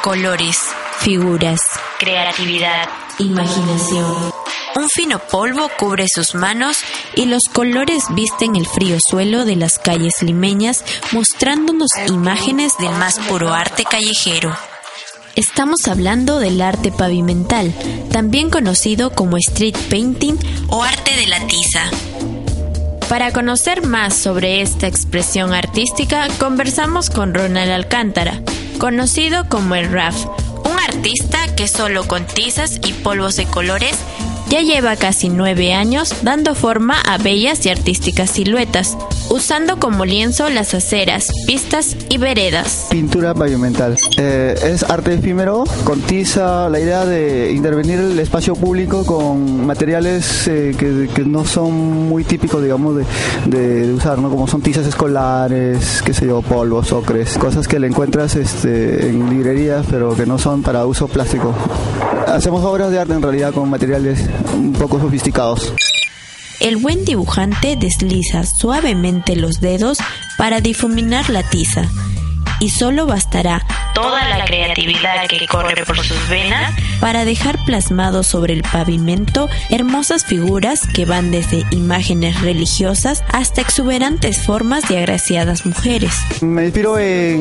colores, figuras, creatividad, imaginación. Un fino polvo cubre sus manos y los colores visten el frío suelo de las calles limeñas, mostrándonos imágenes del más puro arte callejero. Estamos hablando del arte pavimental, también conocido como street painting o arte de la tiza. Para conocer más sobre esta expresión artística, conversamos con Ronald Alcántara, conocido como el RAF, un artista que solo con tizas y polvos de colores ya lleva casi 9 años dando forma a bellas y artísticas siluetas, usando como lienzo las aceras, pistas y veredas. Pintura pavimental. Es arte efímero, con tiza, la idea de intervenir el espacio público con materiales que no son muy típicos, digamos, de usar, ¿no? Como son tizas escolares, qué sé yo, polvos, ocres, cosas que le encuentras en librerías, pero que no son para uso plástico. Hacemos obras de arte en realidad con materiales un poco sofisticados. El buen dibujante desliza suavemente los dedos para difuminar la tiza y solo bastará toda la creatividad que corre por sus venas para dejar plasmado sobre el pavimento hermosas figuras que van desde imágenes religiosas hasta exuberantes formas de agraciadas mujeres. Me inspiro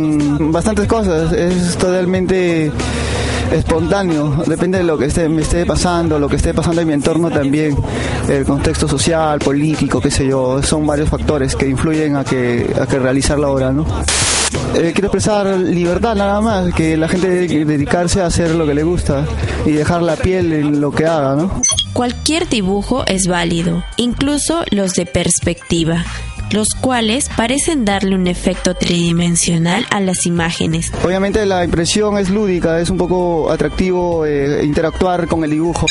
en bastantes cosas, es totalmente espontáneo, depende de lo que me esté pasando, lo que esté pasando en mi entorno también, el contexto social, político, qué sé yo, son varios factores que influyen a que realizar la obra, ¿no? Quiero expresar libertad nada más, que la gente dedicarse a hacer lo que le gusta y dejar la piel en lo que haga, ¿no? Cualquier dibujo es válido, incluso los de perspectiva, los cuales parecen darle un efecto tridimensional a las imágenes. Obviamente la impresión es lúdica, es un poco atractivo interactuar con el dibujo.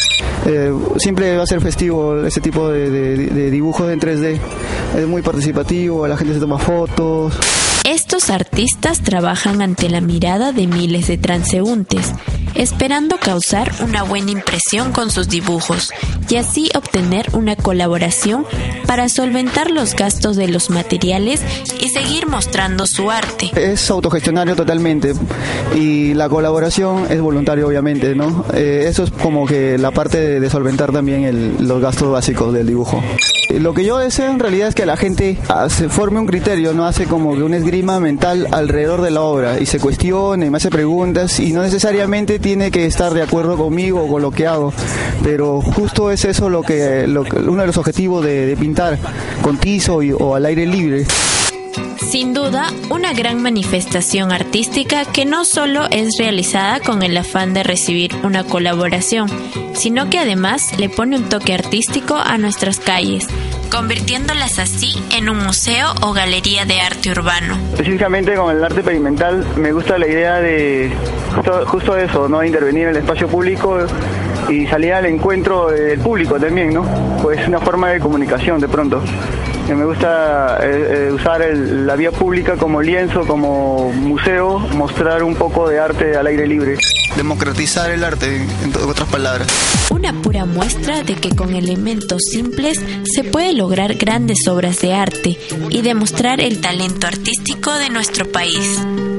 Siempre va a ser festivo ese tipo de dibujos en 3D. Es muy participativo, la gente se toma fotos. Estos artistas trabajan ante la mirada de miles de transeúntes, esperando causar una buena impresión con sus dibujos y así obtener una colaboración para solventar los gastos de los materiales y seguir mostrando su arte. Es autogestionario totalmente y la colaboración es voluntaria, obviamente, ¿no? Eso es como que la parte de solventar también los gastos básicos del dibujo. Lo que yo deseo en realidad es que la gente se forme un criterio, no hace como que una esgrima mental alrededor de la obra y se cuestione, me hace preguntas y no necesariamente tiene que estar de acuerdo conmigo o con lo que hago, pero justo es eso uno de los objetivos de pintar con tizo o al aire libre. Sin duda, una gran manifestación artística que no solo es realizada con el afán de recibir una colaboración, sino que además le pone un toque artístico a nuestras calles, convirtiéndolas así en un museo o galería de arte urbano. Específicamente con el arte pavimental me gusta la idea de justo eso, ¿no? Intervenir en el espacio público y salir al encuentro del público también, ¿no? Pues es una forma de comunicación de pronto. Me gusta usar la vía pública como lienzo, como museo, mostrar un poco de arte al aire libre. Democratizar el arte, en otras palabras. Una pura muestra de que con elementos simples se puede lograr grandes obras de arte y demostrar el talento artístico de nuestro país.